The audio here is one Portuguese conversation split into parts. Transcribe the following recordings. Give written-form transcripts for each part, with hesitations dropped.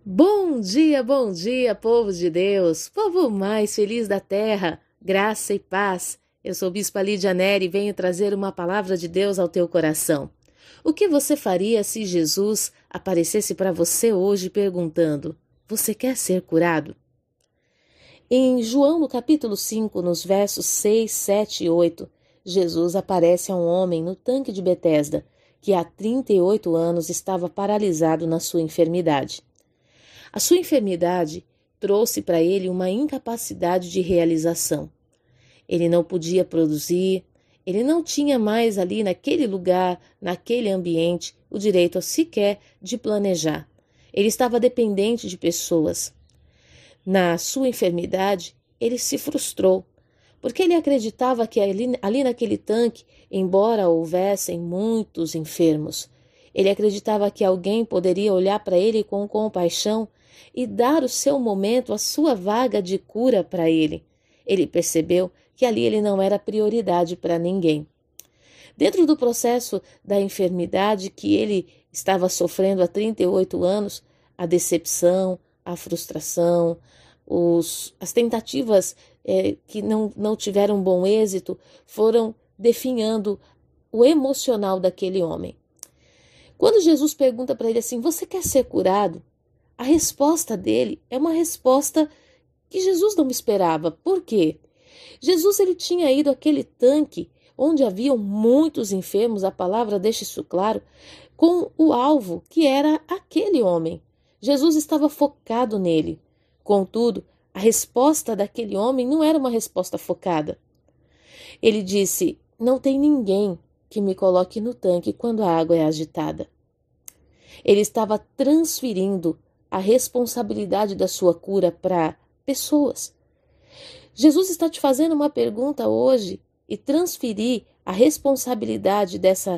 Bom dia, povo de Deus, povo mais feliz da terra, graça e paz. Eu sou Bispa Lídia Neri e venho trazer uma palavra de Deus ao teu coração. O que você faria se Jesus aparecesse para você hoje perguntando: você quer ser curado? Em João, no capítulo 5, nos versos 6, 7 e 8, Jesus aparece a um homem no tanque de Betesda, que há 38 anos estava paralisado na sua enfermidade. A sua enfermidade trouxe para ele uma incapacidade de realização. Ele não podia produzir, ele não tinha mais ali naquele lugar, naquele ambiente, o direito sequer de planejar. Ele estava dependente de pessoas. Na sua enfermidade, ele se frustrou, porque ele acreditava que ali naquele tanque, embora houvessem muitos enfermos, ele acreditava que alguém poderia olhar para ele com compaixão e dar o seu momento, a sua vaga de cura para ele. Ele percebeu que ali ele não era prioridade para ninguém. Dentro do processo da enfermidade que ele estava sofrendo há 38 anos, a decepção, a frustração, as tentativas que não tiveram bom êxito foram definhando o emocional daquele homem. Quando Jesus pergunta para ele assim: você quer ser curado? A resposta dele é uma resposta que Jesus não esperava. Por quê? Jesus ele tinha ido àquele tanque onde haviam muitos enfermos, a palavra deixa isso claro, com o alvo que era aquele homem. Jesus estava focado nele. Contudo, a resposta daquele homem não era uma resposta focada. Ele disse: não tem ninguém que me coloque no tanque quando a água é agitada. Ele estava transferindo a responsabilidade da sua cura para pessoas. Jesus está te fazendo uma pergunta hoje e transferir a responsabilidade dessa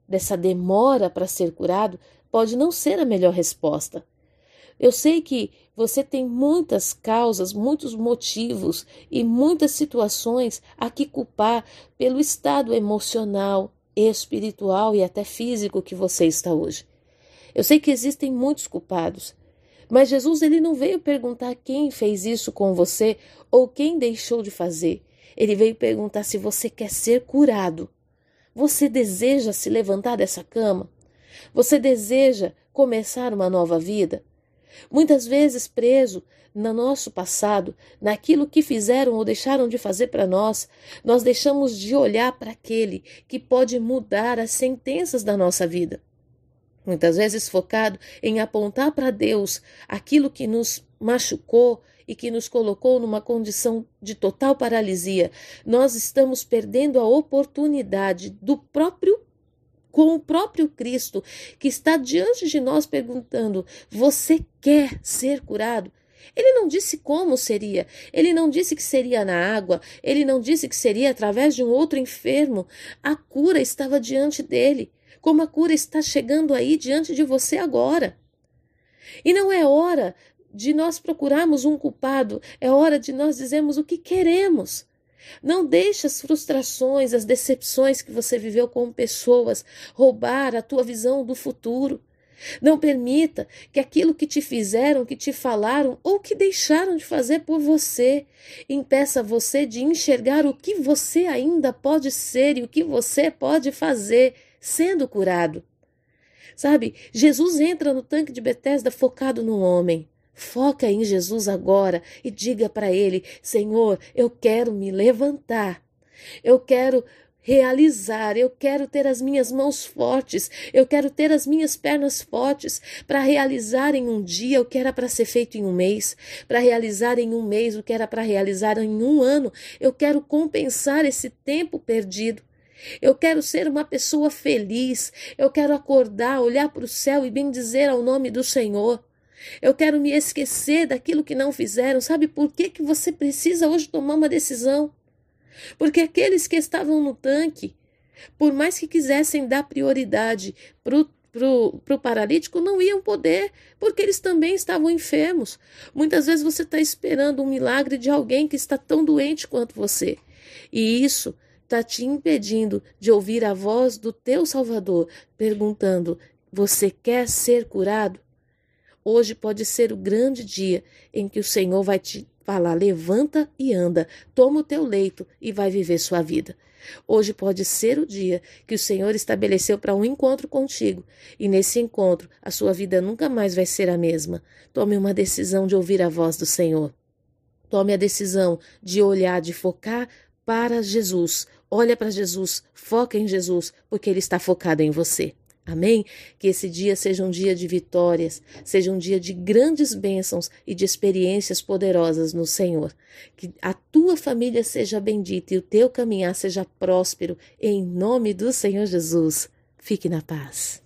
demora para ser curado pode não ser a melhor resposta. Eu sei que você tem muitas causas, muitos motivos e muitas situações a que culpar pelo estado emocional, espiritual e até físico que você está hoje. Eu sei que existem muitos culpados, mas Jesus ele não veio perguntar quem fez isso com você ou quem deixou de fazer. Ele veio perguntar se você quer ser curado. Você deseja se levantar dessa cama? Você deseja começar uma nova vida? Muitas vezes preso no nosso passado, naquilo que fizeram ou deixaram de fazer para nós deixamos de olhar para aquele que pode mudar as sentenças da nossa vida. Muitas vezes focado em apontar para Deus aquilo que nos machucou e que nos colocou numa condição de total paralisia, nós estamos perdendo a oportunidade com o próprio Cristo, que está diante de nós perguntando: você quer ser curado? Ele não disse como seria, ele não disse que seria na água, ele não disse que seria através de um outro enfermo. A cura estava diante dele, como a cura está chegando aí diante de você agora. E não é hora de nós procurarmos um culpado, é hora de nós dizermos o que queremos. Não deixe as frustrações, as decepções que você viveu com pessoas roubar a tua visão do futuro. Não permita que aquilo que te fizeram, que te falaram ou que deixaram de fazer por você impeça você de enxergar o que você ainda pode ser e o que você pode fazer sendo curado. Sabe, Jesus entra no tanque de Betesda focado no homem. Foca em Jesus agora e diga para ele: Senhor, eu quero me levantar, eu quero realizar, eu quero ter as minhas mãos fortes, eu quero ter as minhas pernas fortes para realizar em um dia o que era para ser feito em um mês, para realizar em um mês o que era para realizar em um ano. Eu quero compensar esse tempo perdido. Eu quero ser uma pessoa feliz, eu quero acordar, olhar para o céu e bendizer ao nome do Senhor. Eu quero me esquecer daquilo que não fizeram. Sabe por que você precisa hoje tomar uma decisão? Porque aqueles que estavam no tanque, por mais que quisessem dar prioridade pro paralítico, não iam poder, porque eles também estavam enfermos. Muitas vezes você está esperando um milagre de alguém que está tão doente quanto você. E isso está te impedindo de ouvir a voz do teu Salvador perguntando: você quer ser curado? Hoje pode ser o grande dia em que o Senhor vai te falar: levanta e anda, toma o teu leito e vai viver sua vida. Hoje pode ser o dia que o Senhor estabeleceu para um encontro contigo, e nesse encontro a sua vida nunca mais vai ser a mesma. Tome uma decisão de ouvir a voz do Senhor. Tome a decisão de olhar, de focar para Jesus. Olha para Jesus, foca em Jesus, porque Ele está focado em você. Amém? Que esse dia seja um dia de vitórias, seja um dia de grandes bênçãos e de experiências poderosas no Senhor. Que a tua família seja bendita e o teu caminhar seja próspero, em nome do Senhor Jesus. Fique na paz.